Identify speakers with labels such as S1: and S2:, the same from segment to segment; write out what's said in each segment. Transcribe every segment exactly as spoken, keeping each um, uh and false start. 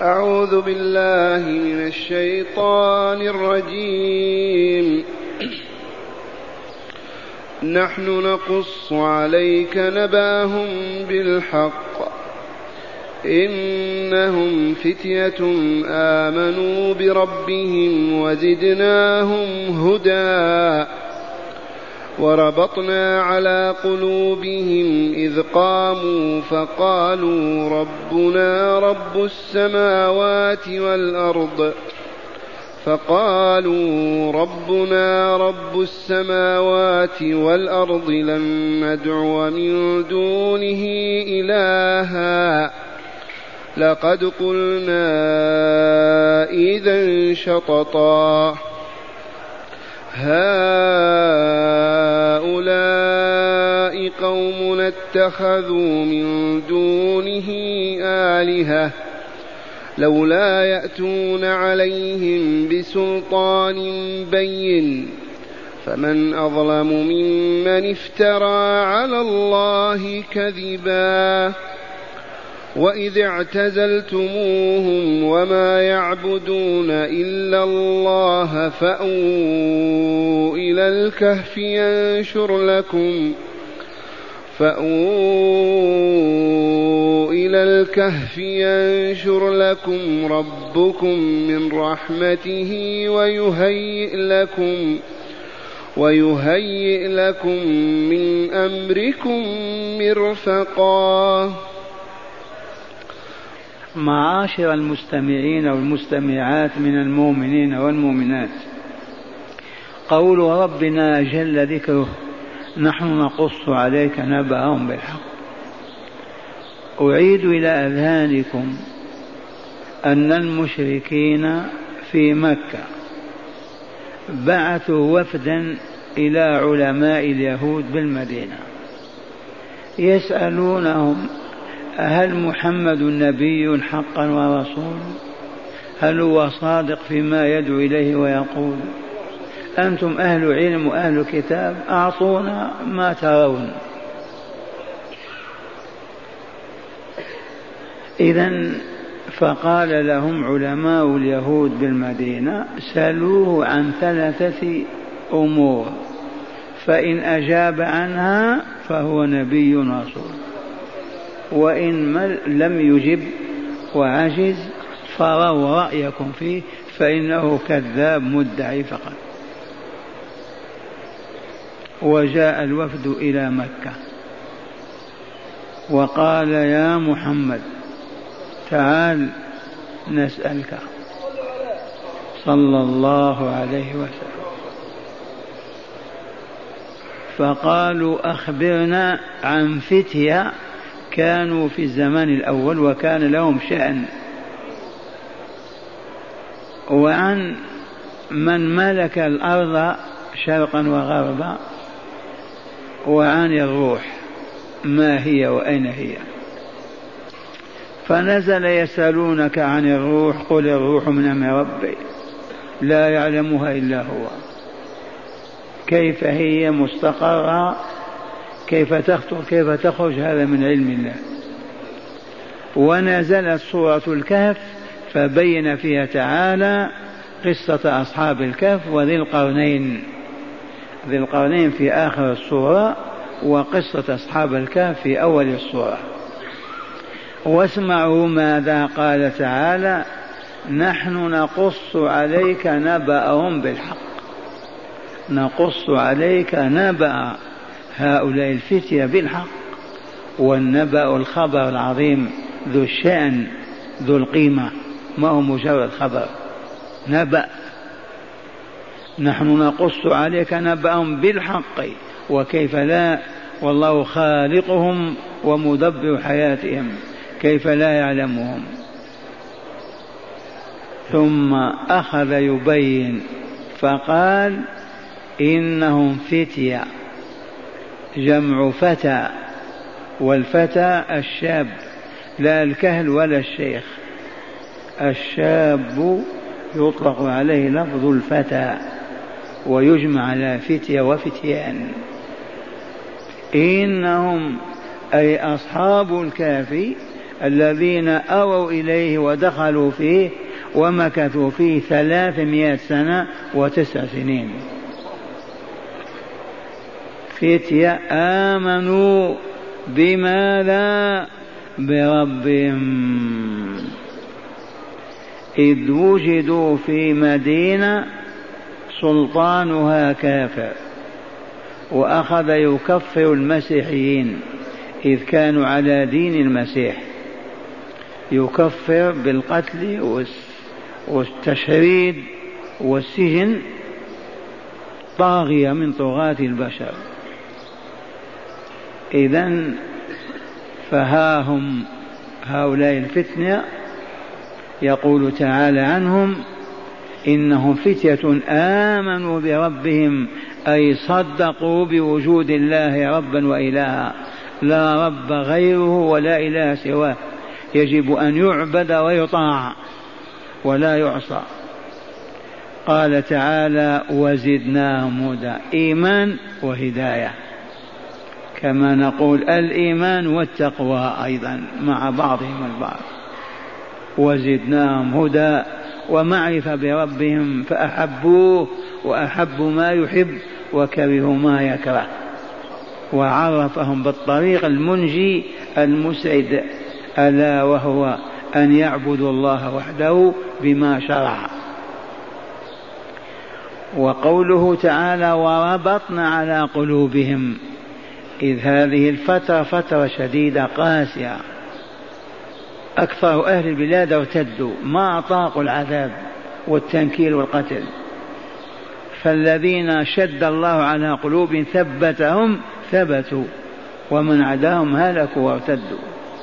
S1: أعوذ بالله من الشيطان الرجيم. نحن نقص عليك نبأهم بالحق إنهم فتية آمنوا بربهم وزدناهم هدى وربطنا على قلوبهم إذ قاموا فقالوا ربنا رب السماوات والأرض فقالوا ربنا رب السماوات والأرض لن ندعو من دونه إلها لقد قلنا إذا شططا هؤلاء قوم اتخذوا من دونه آلهة لولا يأتون عليهم بسلطان بين فمن أظلم ممن افترى على الله كذبا وإذ اعتزلتموهم وما يعبدون إلا الله فأووا إلى الكهف ينشر لكم فأووا إلى الكهف ينشر لكم ربكم من رحمته ويهيئ لكم ويهيئ لكم من أمركم مرفقا.
S2: معاشر المستمعين والمستمعات من المؤمنين والمؤمنات، قول ربنا جل ذكره نحن نقص عليك نبأهم بالحق. أعيد إلى أذهانكم أن المشركين في مكة بعثوا وفدا إلى علماء اليهود بالمدينة يسألونهم هل محمد نبي حقا ورسول؟ هل هو صادق فيما يدعو إليه ويقول؟ أنتم أهل علم وأهل كتاب، أعطونا ما ترون. إذن فقال لهم علماء اليهود بالمدينة سألوه عن ثلاثة أمور، فإن أجاب عنها فهو نبي رسول، وإن لم يجب وعجز فروا رأيكم فيه فإنه كذاب مدعي فقط. وجاء الوفد إلى مكة وقال يا محمد تعال نسألك صلى الله عليه وسلم. فقالوا أخبرنا عن فتية كانوا في الزمان الأول وكان لهم شأن، وعن من ملك الأرض شرقا وغربا، وعن الروح ما هي وأين هي. فنزل يسألونك عن الروح قل الروح من أمر ربي لا يعلمها إلا هو، كيف هي مستقرة، كيف تخطر، كيف تخرج، هذا من علم الله. ونزلت سورة الكهف فبين فيها تعالى قصة أصحاب الكهف وذي القرنين، ذي القرنين في آخر السورة، وقصة أصحاب الكهف في أول السورة. واسمعوا ماذا قال تعالى نحن نقص عليك نبأهم بالحق. نقص عليك نبأ هؤلاء الفتية بالحق، والنبأ الخبر العظيم ذو الشأن ذو القيمة، ما هو مجرد خبر، نبأ. نحن نقص عليك نبأهم بالحق، وكيف لا، والله خالقهم ومدبر حياتهم، كيف لا يعلمهم. ثم أخذ يبين فقال إنهم فتية، جمع فتى، والفتى الشاب، لا الكهل ولا الشيخ. الشاب يطلق عليه لفظ الفتى ويجمع على فتية وفتيان. إنهم أي أصحاب الكهف الذين أووا إليه ودخلوا فيه ومكثوا فيه ثلاثمائة سنة وتسع سنين. فتية آمنوا بماذا؟ بربهم، إذ وجدوا في مدينة سلطانها كافر، وأخذ يكفر المسيحيين إذ كانوا على دين المسيح، يكفر بالقتل والتشريد والسجن، طاغية من طغاة البشر. إذن فها هم هؤلاء الفتنة يقول تعالى عنهم إنهم فتية آمنوا بربهم، أي صدقوا بوجود الله ربا وإلها، لا رب غيره ولا إله سواه، يجب أن يعبد ويطاع ولا يعصى. قال تعالى وزدناهم هدى، إيمان وهداية، كما نقول الإيمان والتقوى أيضا مع بعضهم البعض. وزدناهم هدى ومعرفة بربهم، فأحبوه وأحبوا ما يحب وكرهوا ما يكره، وعرفهم بالطريق المنجي المسعد، ألا وهو أن يعبدوا الله وحده بما شرع. وقوله تعالى وربطنا على قلوبهم، إذ هذه الفترة فترة شديدة قاسية، أكثر أهل البلاد ارتدوا، ما أطاقوا العذاب والتنكيل والقتل، فالذين شد الله على قلوبهم ثبتهم ثبتوا، ومن عداهم هلكوا وارتدوا.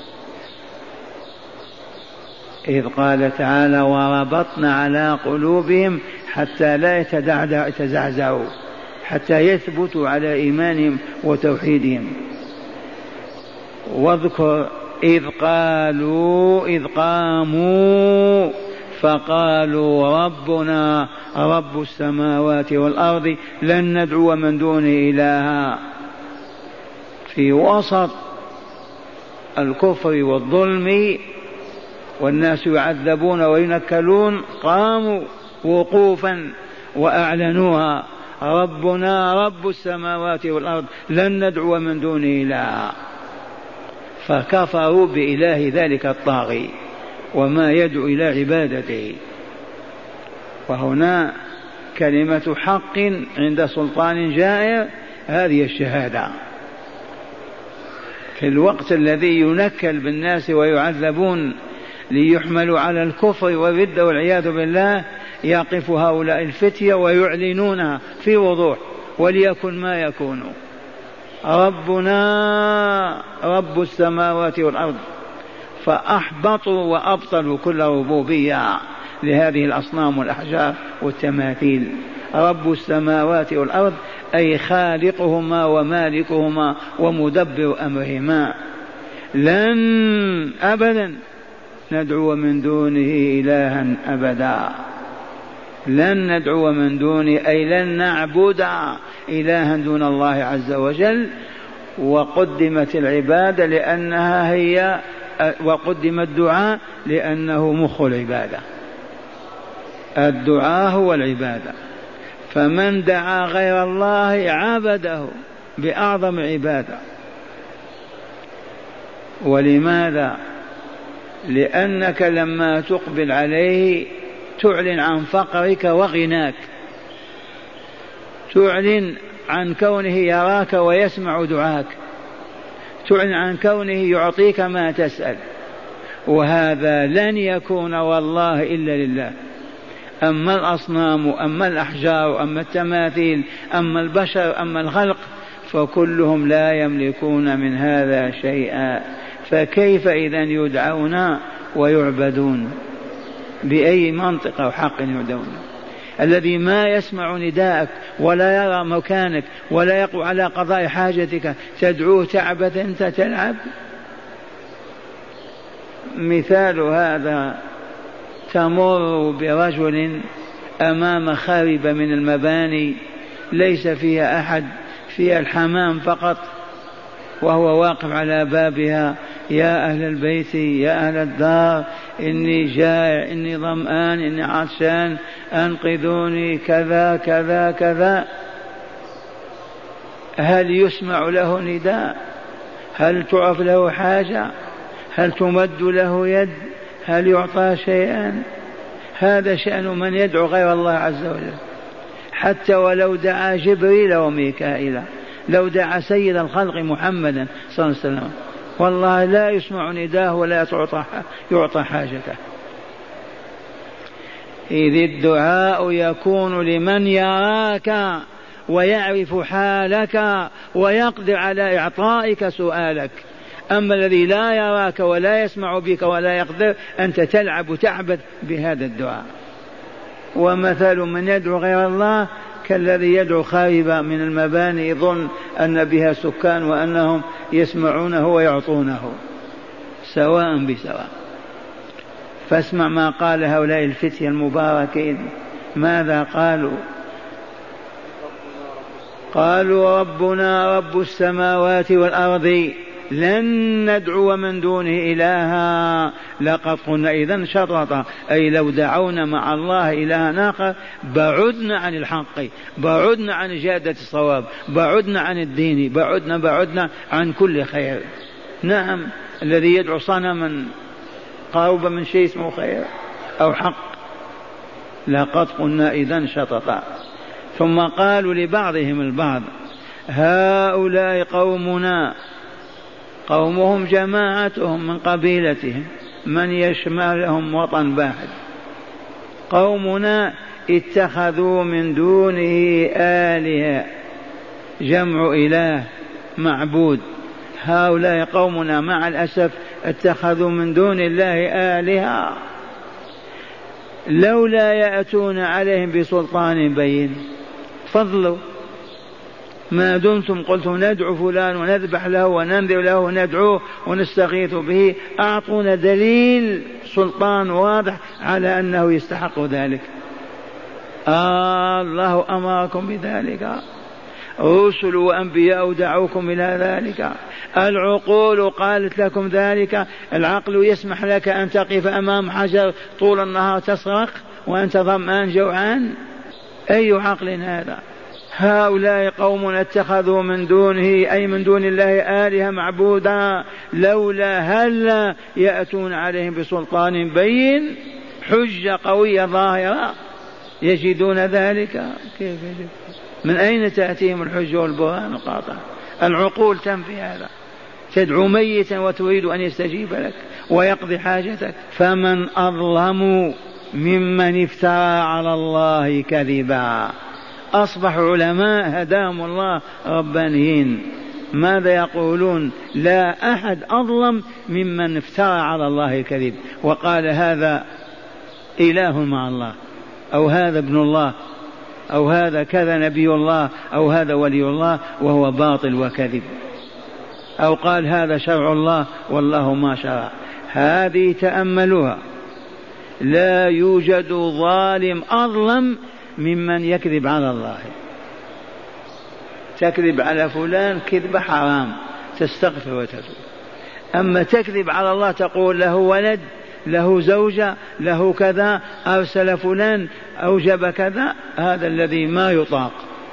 S2: إذ قال تعالى وربطنا على قلوبهم حتى لا يتزعزعوا، حتى يثبتوا على إيمانهم وتوحيدهم. واذكر إذ قالوا إذ قاموا فقالوا ربنا رب السماوات والأرض لن ندعو من دونه إلها. في وسط الكفر والظلم والناس يعذبون وينكلون قاموا وقوفا وأعلنوها ربنا رب السماوات والأرض لن ندعو من دونه إلها، فكفروا بإله ذلك الطاغي وما يدعو إلى عبادته. وهنا كلمة حق عند سلطان جائر، هذه الشهادة. في الوقت الذي ينكل بالناس ويعذبون ليحملوا على الكفر والردة والعياذ بالله، يقف هؤلاء الفتية ويعلنونها في وضوح، وليكن ما يكون ربنا رب السماوات والأرض. فأحبطوا وأبطلوا كل ربوبية لهذه الأصنام والأحجار والتماثيل. رب السماوات والأرض أي خالقهما ومالكهما ومدبر أمرهما، لن أبدا ندعو من دونه إلها أبدا، لن ندعو من دونه أي لن نعبد إلها دون الله عز وجل. وقدمت العبادة لأنها هي، وقدم الدعاء لأنه مخ العبادة، الدعاء هو العبادة. فمن دعا غير الله عبده بأعظم عبادة. ولماذا؟ لأنك لما تقبل عليه تعلن عن فقرك وغناك، تعلن عن كونه يراك ويسمع دعاك، تعلن عن كونه يعطيك ما تسأل، وهذا لن يكون والله إلا لله. أما الأصنام أما الأحجار أما التماثيل أما البشر أما الخلق فكلهم لا يملكون من هذا شيئا، فكيف إذن يدعون ويعبدون؟ بأي منطق أو حق يدعون؟ الذي ما يسمع نداءك ولا يرى مكانك ولا يقوى على قضاء حاجتك تدعوه تعبث أنت تلعب. مثال هذا تمر برجل أمام خاربة من المباني ليس فيها أحد، فيها الحمام فقط، وهو واقف على بابها يا أهل البيت يا أهل الدار إني جائع إني ظمآن إني عطشان أنقذوني كذا كذا كذا. هل يسمع له نداء؟ هل تعرف له حاجة؟ هل تمد له يد؟ هل يعطى شيئا؟ هذا شأن من يدعو غير الله عز وجل. حتى ولو دعا جبريل وميكائيل، لو دعا سيد الخلق محمدا صلى الله عليه وسلم، والله لا يسمع نداه ولا يعطى حاجته. إذ الدعاء يكون لمن يراك ويعرف حالك ويقدر على إعطائك سؤالك. أما الذي لا يراك ولا يسمع بك ولا يقدر، أنت تلعب وتعبث بهذا الدعاء. ومثل من يدعو غير الله كالذي يدعو خاربة من المباني يظن أن بها سكان وأنهم يسمعونه ويعطونه، سواء بسواء. فاسمع ما قال هؤلاء الفتية المباركين. ماذا قالوا؟ قالوا ربنا رب السماوات والأرض لن ندعو من دونه إلها لقد قلنا إذن شططا، أي لو دعونا مع الله إلها آخر بعدنا عن الحق، بعدنا عن جادة الصواب، بعدنا عن الدين، بعدنا بعدنا عن كل خير. نعم، الذي يدعو صنما قرب من شيء اسمه خير أو حق. لقد قلنا إذن شططا. ثم قالوا لبعضهم البعض هؤلاء قومنا، قومهم جماعتهم من قبيلتهم من يشملهم وطن واحد، قومنا اتخذوا من دونه آلهة، جمع إله معبود. هؤلاء قومنا مع الأسف اتخذوا من دون الله آلهة لولا يأتون عليهم بسلطان بين. فضلوا ما دمتم قلتم ندعو فلان ونذبح له وننذر له وندعوه ونستغيث به، أعطونا دليل سلطان واضح على أنه يستحق ذلك. آه الله أمركم بذلك، رسل وأنبياء دعوكم إلى ذلك، العقول قالت لكم ذلك. العقل يسمح لك أن تقف أمام حجر طول النهار تصرخ وأنت ظمآن جوعان؟ أي عقل هذا؟ هؤلاء قوم اتخذوا من دونه أي من دون الله آلهة معبودا لولا هل يأتون عليهم بسلطان بين، حجة قوية ظاهرة يجدون ذلك؟ كيف يجد؟ من أين تأتيهم الحجة والبرهان القاطع؟ العقول تنفي هذا. تدعو ميتا وتريد أن يستجيب لك ويقضي حاجتك. فمن أظلم ممن افترى على الله كذبا. أصبح علماء هداهم الله ربانيين ماذا يقولون؟ لا أحد أظلم ممن افترى على الله كذب وقال هذا إله مع الله، أو هذا ابن الله، أو هذا كذا نبي الله، أو هذا ولي الله، وهو باطل وكذب. أو قال هذا شرع الله والله ما شرع. هذه تأملوها، لا يوجد ظالم أظلم ممن يكذب على الله. تكذب على فلان كذب حرام تستغفر وتتوب، أما تكذب على الله تقول له ولد، له زوجة، له كذا، أرسل فلان، أوجب كذا، هذا الذي ما يطاق.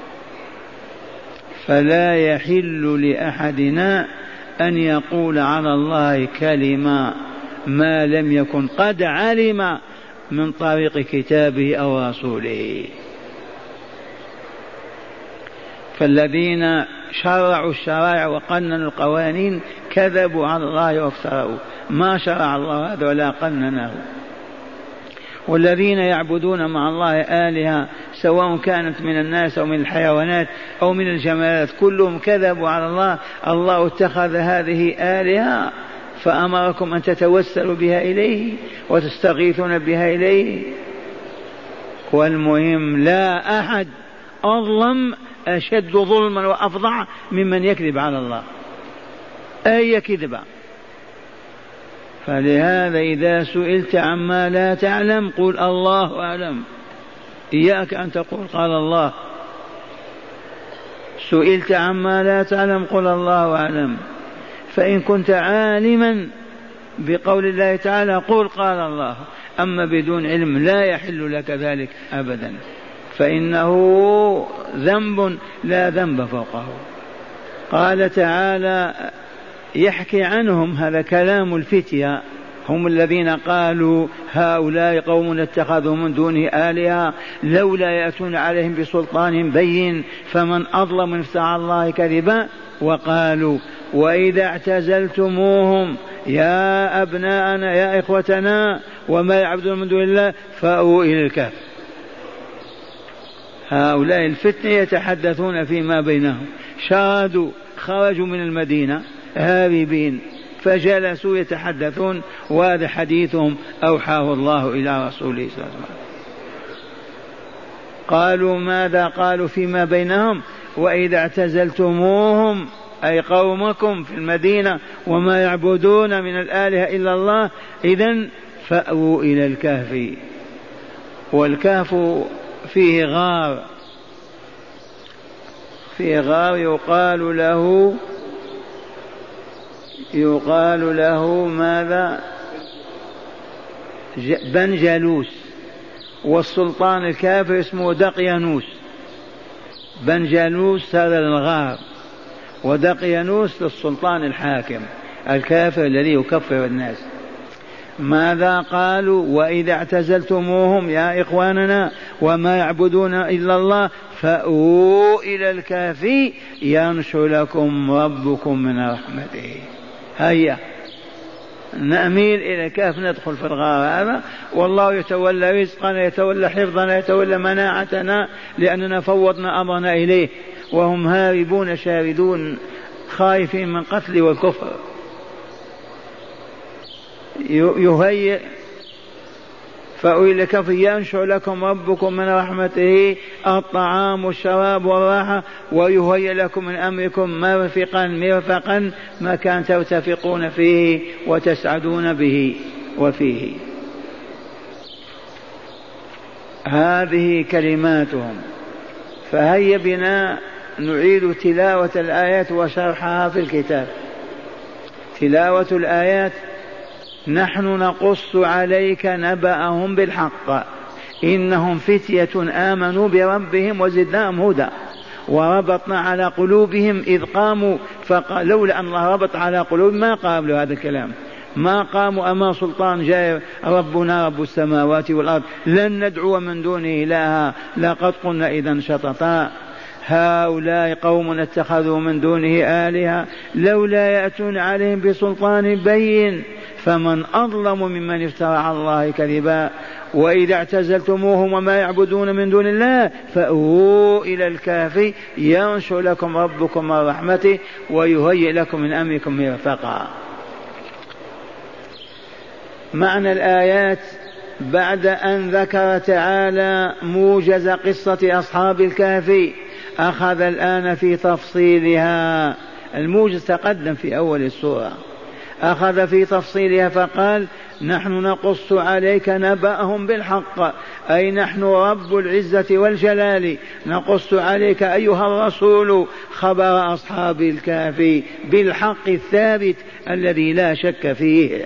S2: فلا يحل لأحدنا أن يقول على الله كلمة ما لم يكن قد علم من طريق كتابه أو رسوله. فالذين شرعوا الشرائع وقننوا القوانين كذبوا على الله وافتروا، ما شرع الله هذا ولا قننه. والذين يعبدون مع الله آلهة سواء كانت من الناس أو من الحيوانات أو من الجمالات كلهم كذبوا على الله. الله اتخذ هذه آلهة فأمركم أن تتوسلوا بها إليه وتستغيثون بها إليه. والمهم لا أحد أظلم أشد ظلما وأفظع ممن يكذب على الله أي كذبة. فلهذا إذا سئلت عما لا تعلم قل الله أعلم. إياك أن تقول قال الله. سئلت عما لا تعلم قل الله أعلم. فإن كنت عالما بقول الله تعالى قل قال الله، أما بدون علم لا يحل لك ذلك أبدا، فإنه ذنب لا ذنب فوقه. قال تعالى يحكي عنهم، هذا كلام الفتية، هم الذين قالوا هؤلاء قوم اتخذوا من دونه آلهة لولا يأتون عليهم بسلطان بين فمن أظلم من افترى الله كذبا. وقالوا وإذا اعتزلتموهم يا أبناءنا يا إخوتنا وما يعبدون من دون الله فأووا إلى الكهف. هؤلاء الفتنة يتحدثون فيما بينهم، شردوا خرجوا من المدينة هاربين فجلسوا يتحدثون، وهذا حديثهم أوحاه الله إلى رسوله صلى الله عليه وسلم. قالوا ماذا قالوا فيما بينهم؟ وإذا اعتزلتموهم أي قومكم في المدينة وما يعبدون من الآلهة إلا الله إذن فأووا إلى الكهف. والكهف فيه غار، فيه غار يقال له يقال له ماذا؟ بن جالوس، والسلطان الكافر اسمه دقيانوس. بن جالوس هذا الغار، ودقيانوس للسلطان الحاكم الكافر الذي يكفر الناس. ماذا قالوا؟ وإذا اعتزلتموهم يا إخواننا وما يعبدون إلا الله فأووا إلى الكهف ينشر لكم ربكم من رحمته. هيا نأميل إلى الكهف ندخل في الغار هذا، والله يتولى رزقنا، يتولى حفظنا، يتولى مناعتنا، لأننا فوضنا أمرنا إليه، وهم هاربون شاردون خائفين من قتل والكفر. يهيئ فأولئك الكهف ينشر لكم ربكم من رحمته الطعام والشراب والراحة، ويهيئ لكم من أمركم مرفقا مرفقا مكان ترتفقون فيه وتسعدون به وفيه. هذه كلماتهم. فهيا بنا نعيد تلاوة الآيات وشرحها في الكتاب. تلاوة الآيات: نحن نقص عليك نبأهم بالحق إنهم فتية آمنوا بربهم وزدناهم هدى وربطنا على قلوبهم إذ قاموا، فلولا أن الله ربط على قلوبهم ما قاموا هذا الكلام، ما قاموا أمام سلطان جاء ربنا رب السماوات والأرض لن ندعو من دونه إلها لقد قلنا إذا شططا. هؤلاء قوم اتخذوا من دونه آلهة لولا يأتون عليهم بسلطان بين فمن أظلم ممن افترى على الله كذبا. وإذا اعتزلتموهم وما يعبدون من دون الله فأووا إلى الكهف ينشر لكم ربكم من رحمته ويهيئ لكم من أمركم مرفقا. معنى الآيات: بعد أن ذكر تعالى موجز قصة أصحاب الكهف أخذ الآن في تفصيلها. الموجز تقدم في أول السورة، أخذ في تفصيلها فقال: نحن نقص عليك نبأهم بالحق، أي نحن رب العزة والجلال نقص عليك أيها الرسول خبر أصحاب الكهف بالحق الثابت الذي لا شك فيه.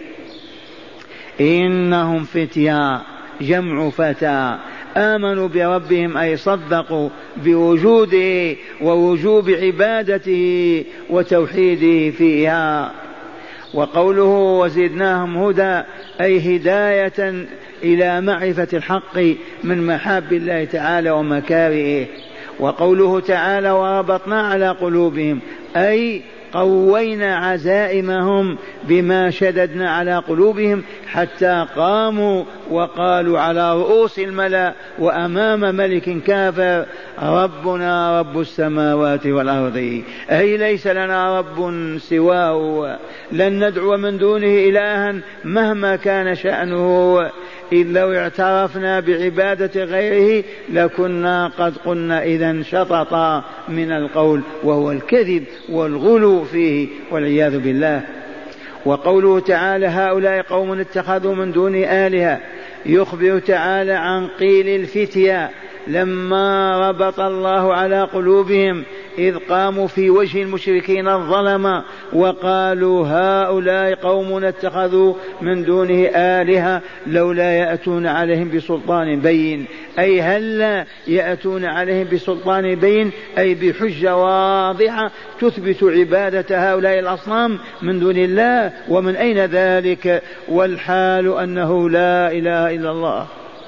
S2: إنهم فتيا جمع فتى آمنوا بربهم أي صدقوا بوجوده ووجوب عبادته وتوحيده فيها. وقوله وزدناهم هدى أي هداية إلى معرفة الحق من محاب الله تعالى ومكارهه. وقوله تعالى وربطنا على قلوبهم أي قوينا عزائمهم بما شددنا على قلوبهم حتى قاموا وقالوا على رؤوس الملأ وأمام ملك كافر: ربنا رب السماوات والأرض، أي ليس لنا رب سواه، لن ندعو من دونه إلها مهما كان شأنه، إذ لو اعترفنا بعبادة غيره لكنا قد قلنا إذن شططا من القول، وهو الكذب والغلو فيه والعياذ بالله. وقوله تعالى هؤلاء قوم اتخذوا من دون آلهة، يخبر تعالى عن قيل الفتية لما ربط الله على قلوبهم إذ قاموا في وجه المشركين الظلمة وقالوا هؤلاء قوم اتخذوا من دونه آلهة لولا يأتون عليهم بسلطان بين، أي هلا يأتون عليهم بسلطان بين، أي بحجة واضحة تثبت عبادة هؤلاء الأصنام من دون الله. ومن أين ذلك والحال أنه لا إله إلا الله.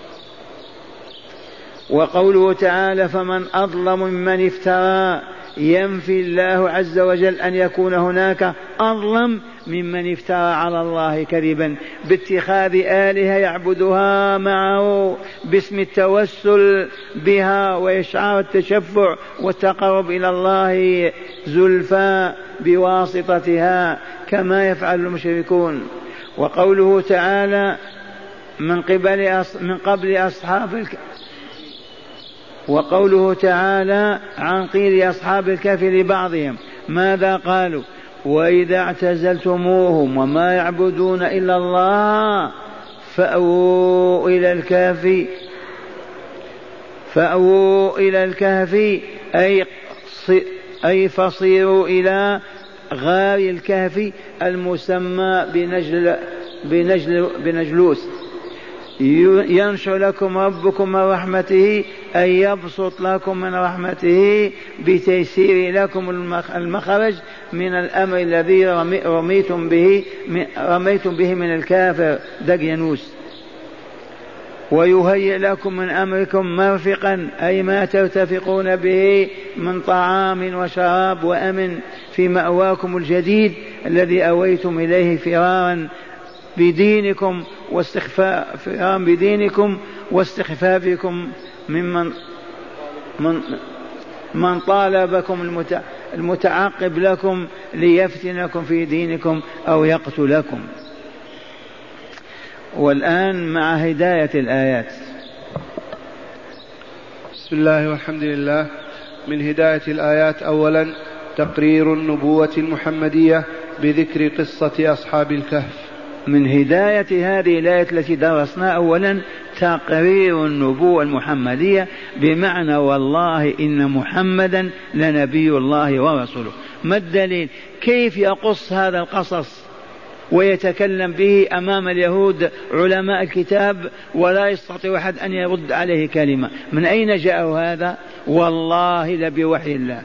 S2: وقوله تعالى فمن أظلم ممن افترى، ينفي الله عز وجل أن يكون هناك أظلم ممن افترى على الله كذبا باتخاذ آلهة يعبدها معه باسم التوسل بها وإشعار التشفع والتقرب إلى الله زلفى بواسطتها كما يفعل المشركون. وقوله تعالى من قبل من قبل أصحاب الك... وقوله تعالى عن قيل أصحاب الكهف لبعضهم ماذا قالوا وإذا اعتزلتموهم وما يعبدون إلا الله فأووا إلى الكهف فأووا إلى الكهف أي أي فصيروا إلى غار الكهف المسمى بنجل بنجل بنجلوس ينشر لكم ربكم من رحمته أي يبسط لكم من رحمته بتيسير لكم المخرج من الأمر الذي رميتم به رميتم به من الكافر دقيانوس، ويهيئ لكم من أمركم مرفقا أي ما ترتفقون به من طعام وشراب وأمن في مأواكم الجديد الذي أويتم إليه فرارا بدينكم واستخفاء فرارا بدينكم واستخفافكم ممن من من طالبكم المتعقب لكم ليفتنكم في دينكم أو يقتلكم. والآن مع هداية الآيات.
S1: بسم الله والحمد لله. من هداية الآيات أولا تقرير النبوة المحمدية بذكر قصة أصحاب الكهف.
S2: من هداية هذه الآية التي درسناها أولا تقرير النبوة المحمدية بمعنى والله إن محمدا لنبي الله ورسوله. ما الدليل؟ كيف يقص هذا القصص ويتكلم به أمام اليهود علماء الكتاب ولا يستطيع أحد أن يرد عليه كلمة؟ من أين جاء هذا؟ والله لبوحي الله.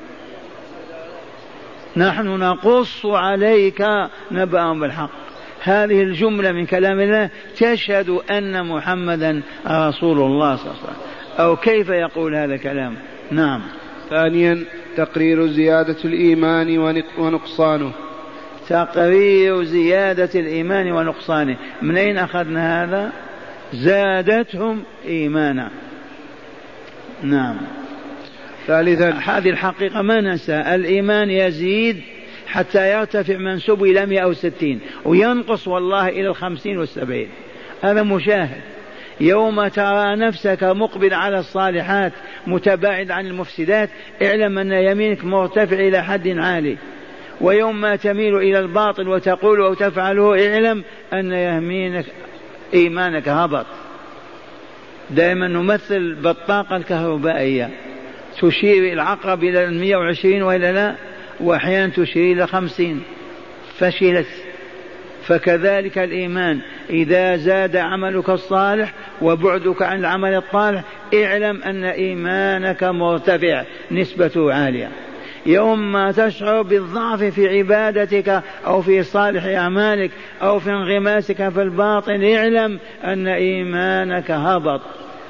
S2: نحن نقص عليك نبأهم بالحق. هذه الجملة من كلام الله تشهد أن محمدا رسول الله صلى الله عليه وسلم. أو كيف يقول هذا الكلام؟ نعم.
S1: ثانيا تقرير زيادة الإيمان ونقصانه.
S2: تقرير زيادة الإيمان ونقصانه. من أين أخذنا هذا؟ زادتهم إيمانا. نعم.
S1: ثالثا
S2: هذه الحقيقة ما ننسى، الإيمان يزيد حتى يرتفع منسوب إلى مئة وستين وينقص والله إلى الخمسين والسبعين. هذا مشاهد. يوم ترى نفسك مقبل على الصالحات متباعد عن المفسدات اعلم أن يمينك مرتفع إلى حد عالي، ويوم ما تميل إلى الباطل وتقول أو تفعله اعلم أن يمينك إيمانك هبط. دائما نمثل بالطاقة الكهربائية، تشير العقرب إلى المئة وعشرين وإلا لا، وأحيانا تشير إلى خمسين، فشلت. فكذلك الإيمان إذا زاد عملك الصالح وبعدك عن العمل الطالح اعلم أن إيمانك مرتفع نسبته عالية. يوم ما تشعر بالضعف في عبادتك أو في صالح أعمالك أو في انغماسك في الباطن اعلم أن إيمانك هبط.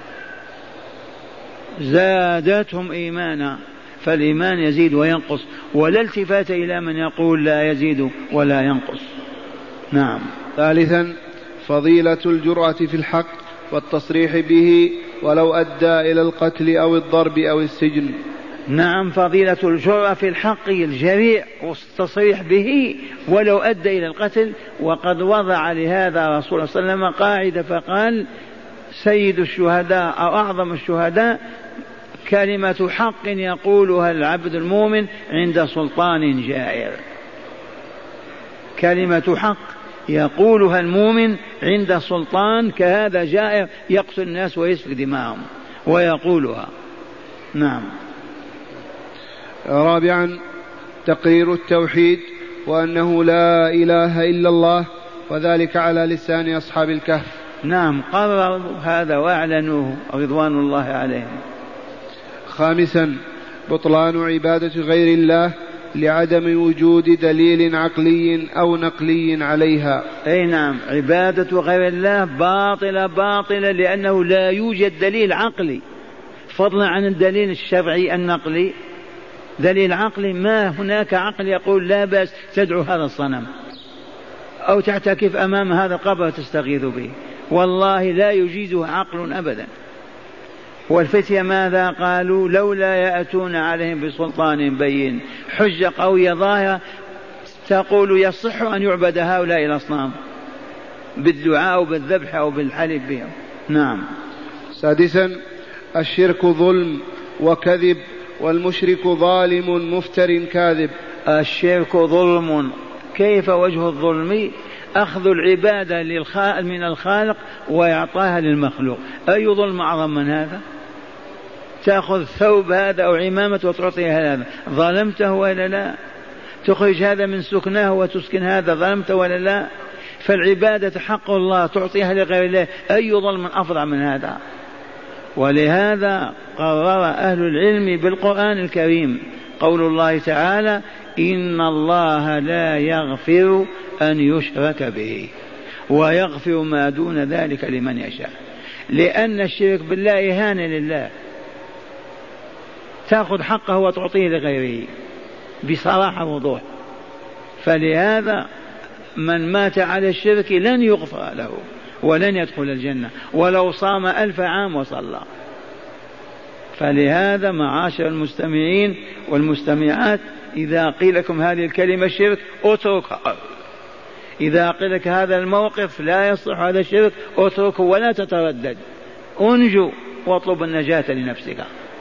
S2: زادتهم إيمانا. فالإيمان يزيد وينقص، ولا التفات إلى من يقول لا يزيد ولا ينقص. نعم.
S1: ثالثا فضيلة الجرأة في الحق والتصريح به ولو أدى إلى القتل أو الضرب أو السجن.
S2: نعم، فضيلة الجرأة في الحق الجريء والتصريح به ولو أدى إلى القتل. وقد وضع لهذا رسول الله صلى الله عليه وسلم قاعدة فقال سيد الشهداء أو أعظم الشهداء كلمة حق يقولها العبد المؤمن عند سلطان جائر. كلمة حق يقولها المؤمن عند سلطان كهذا جائر يقتل الناس ويسفك دماءهم ويقولها. نعم.
S1: رابعا تقرير التوحيد وأنه لا إله إلا الله، وذلك على لسان أصحاب الكهف.
S2: نعم قرروا هذا وأعلنوه رضوان الله عليهم.
S1: خامسا بطلان عبادة غير الله لعدم وجود دليل عقلي أو نقلي عليها.
S2: أي نعم، عبادة غير الله باطلة باطلة لأنه لا يوجد دليل عقلي، فضلا عن الدليل الشرعي النقلي. دليل عقلي ما هناك عقل يقول لا بأس تدعو هذا الصنم أو تعتكف أمام هذا القبر تستغيث به، والله لا يجيزه عقل أبدا. والفتية ماذا قالوا؟ لولا يأتون عليهم بسلطان بين، حجة قوية ظاهرة تقول يصح أن يعبد هؤلاء الأصنام بالدعاء أو بالذبح أو بالحلف بهم. نعم.
S1: سادسا الشرك ظلم وكذب، والمشرك ظالم مفتر كاذب.
S2: الشرك ظلم. كيف وجه الظلم؟ أخذ العبادة من الخالق ويعطاها للمخلوق. أي ظلم أعظم من هذا؟ تأخذ ثوب هذا أو عمامة وتعطيها هذا، ظلمته ولا لا؟ تخرج هذا من سكناه وتسكن هذا، ظلمته ولا لا؟ فالعبادة حق الله تعطيها لغير الله، أي ظلم أفظع من هذا؟ ولهذا قرر أهل العلم بالقرآن الكريم قول الله تعالى إن الله لا يغفر أن يشرك به ويغفر ما دون ذلك لمن يشاء، لأن الشرك بالله إهانة لله، تأخذ حقه وتعطيه لغيره بصراحة وضوح. فلهذا من مات على الشرك لن يغفر له ولن يدخل الجنة ولو صام ألف عام وصلى. فلهذا معاشر المستمعين والمستمعات إذا قيل لكم هذه الكلمة الشرك اتركها، إذا قيل لك هذا الموقف لا يصح هذا الشرك اتركه ولا تتردد، انجو واطلب النجاة لنفسك.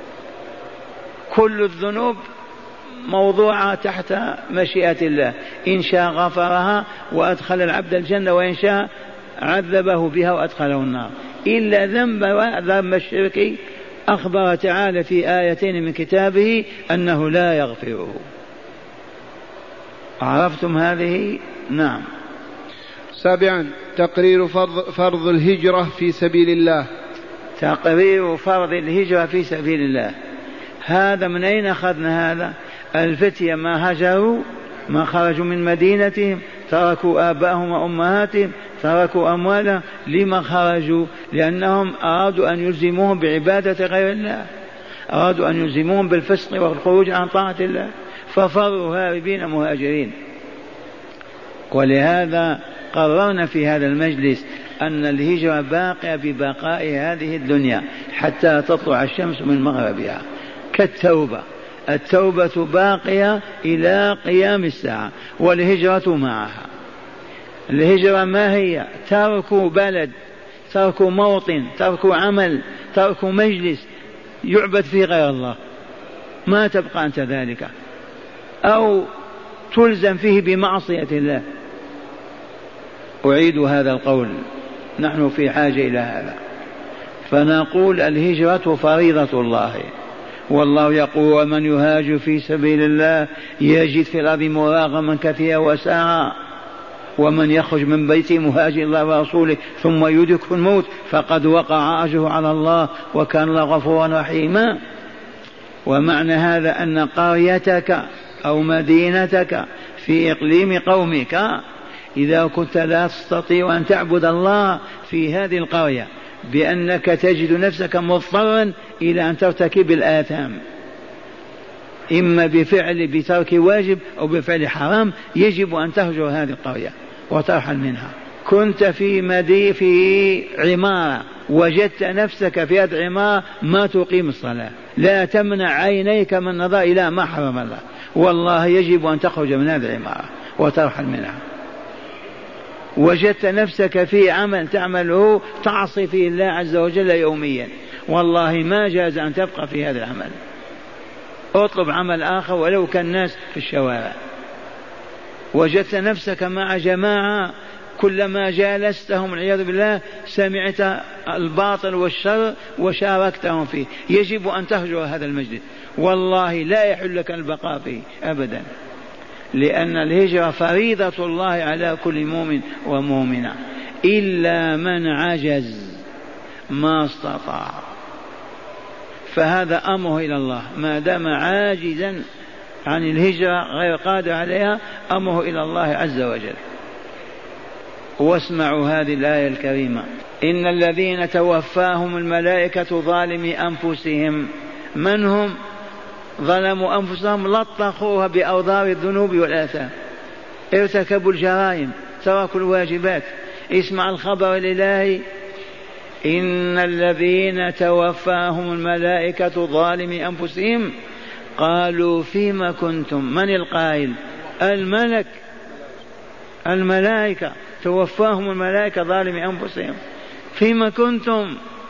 S2: كل الذنوب موضوعة تحت مشيئة الله، إن شاء غفرها وأدخل العبد الجنة وإن شاء عذبه بها وأدخله النار، إلا ذنب ذنب الشرك أخبر تعالى في آيتين من كتابه أنه لا يغفره. عرفتم هذه؟ نعم.
S1: سابعا تقرير فرض, فرض الهجرة في سبيل الله.
S2: تقرير فرض الهجرة في سبيل الله، هذا من أين أخذنا هذا؟ الفتية ما هجروا، ما خرجوا من مدينتهم، تركوا آباءهم وأمهاتهم، تركوا أموالهم. لما خرجوا؟ لأنهم أرادوا أن يلزموهم بعبادة غير الله، أرادوا أن يلزموهم بالفسق والخروج عن طاعة الله، ففروا هاربين مهاجرين. ولهذا قررنا في هذا المجلس أن الهجرة باقية ببقاء هذه الدنيا حتى تطلع الشمس من مغربها، كالتوبة، التوبة باقية إلى قيام الساعة والهجرة معها. الهجرة ما هي؟ ترك بلد، ترك موطن، ترك عمل، ترك مجلس يعبد فيه غير الله، ما تبقى أنت ذلك، أو تلزم فيه بمعصية الله. أعيد هذا القول، نحن في حاجة إلى هذا. فنقول الهجرة فريضة الله، والله يقول ومن يهاجر في سبيل الله يجد في الأرض مراغما كثيرا وسعا، ومن يخرج من بيته مهاجر الله ورسوله ثم يدركه الموت فقد وقع أجره على الله وكان الله غفورا رحيما. ومعنى هذا أن قريتك أو مدينتك في إقليم قومك إذا كنت لا تستطيع أن تعبد الله في هذه القرية بأنك تجد نفسك مضطرا إلى أن ترتكب الآثام، إما بفعل بترك واجب أو بفعل حرام، يجب أن تهجر هذه القرية وترحل منها. كنت في مدي في عمارة وجدت نفسك في هذه العمارة ما تقيم الصلاة، لا تمنع عينيك من النظر إلى ما حرم الله، والله يجب أن تخرج من هذه العمارة وترحل منها. وجدت نفسك في عمل تعمله تعصي فيه الله عز وجل يوميا، والله ما جاز أن تبقى في هذا العمل، اطلب عمل آخر ولو كان الناس في الشوارع. وجدت نفسك مع جماعة كلما جالستهم والعياذ بالله سمعت الباطل والشر وشاركتهم فيه، يجب أن تهجر هذا المجلس والله لا يحل لك البقاء فيه أبدا، لأن الهجرة فريضة الله على كل مؤمن ومؤمنة إلا من عجز ما استطاع، فهذا أمره إلى الله. ما دام عاجزا عن الهجرة غير قادر عليها أمره إلى الله عز وجل. واسمعوا هذه الآية الكريمة: إن الذين توفاهم الملائكة ظالمي أنفسهم، من هم؟ ظلموا أنفسهم، لطخوها بأوضار الذنوب والآثام، ارتكبوا الجرائم، تركوا الواجبات. اسمع الخبر الإلهي: إن الذين توفاهم الملائكة ظالمي أنفسهم قالوا فيما كنتم. من القائل؟ الملك، الملائكة توفاهم الملائكة ظالمي أنفسهم. فيما كنتم؟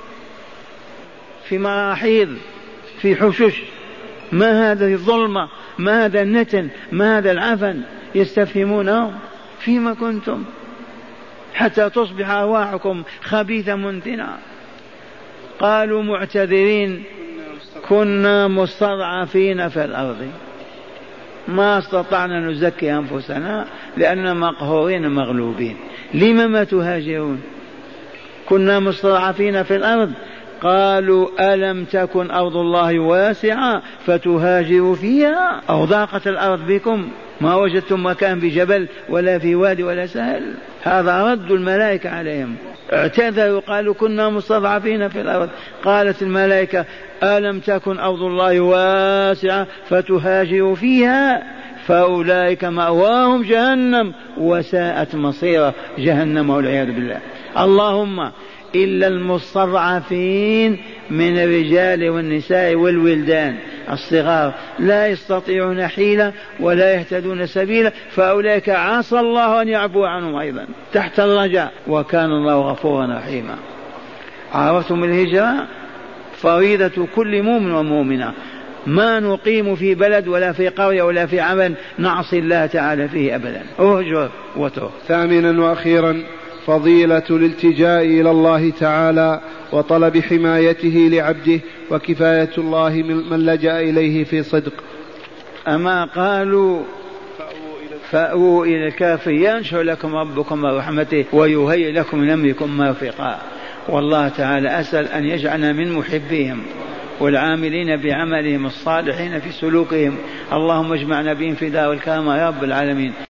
S2: في مراحيض، في حشوش. ما هذه الظلمة؟ ما هذا النتن؟ ما هذا العفن؟ يستفهمونهم فيما كنتم حتى تصبح أرواحكم خبيثة منتنة. قالوا معتذرين: كنا مستضعفين في الأرض ما استطعنا نزكي أنفسنا لأننا مقهورين مغلوبين. لم ما تهاجرون؟ كنا مستضعفين في الأرض. قالوا: ألم تكن أرض الله واسعة فتهاجروا فيها؟ أو ضاقت الأرض بكم ما وجدتم مكان بجبل ولا في وادي ولا سهل؟ هذا رد الملائكة عليهم. اعتذروا قالوا: كنا مستضعفين في الأرض. قالت الملائكة: ألم تكن أرض الله واسعة فتهاجروا فيها؟ فأولئك مأواهم جهنم وساءت مصيرا، جهنم والعياذ بالله. اللهم إلا المستضعفين من الرجال والنساء والولدان الصغار لا يستطيعون حيلة ولا يهتدون سبيلا، فأولئك عسى الله أن يعفو عنهم أيضا تحت الرجاء، وكان الله غفورا رحيما. عرفتم الهجرة فريضة كل مؤمن ومؤمنة. ما نقيم في بلد ولا في قرية ولا في عمل نعصي الله تعالى فيه أبدا. اهجر وترك.
S1: ثامنا وأخيرا فضيلة الالتجاء إلى الله تعالى وطلب حمايته لعبده، وكفاية الله من لجأ إليه في صدق.
S2: أما قالوا: فأووا إلى الكهف ينشر لكم ربكم من رحمته ويهيئ لكم من أمركم مرفقا. والله تعالى أسأل أن يجعلنا من محبيهم والعاملين بعملهم الصالحين في سلوكهم. اللهم اجمعنا بهم في دار الكرامة يا رب العالمين.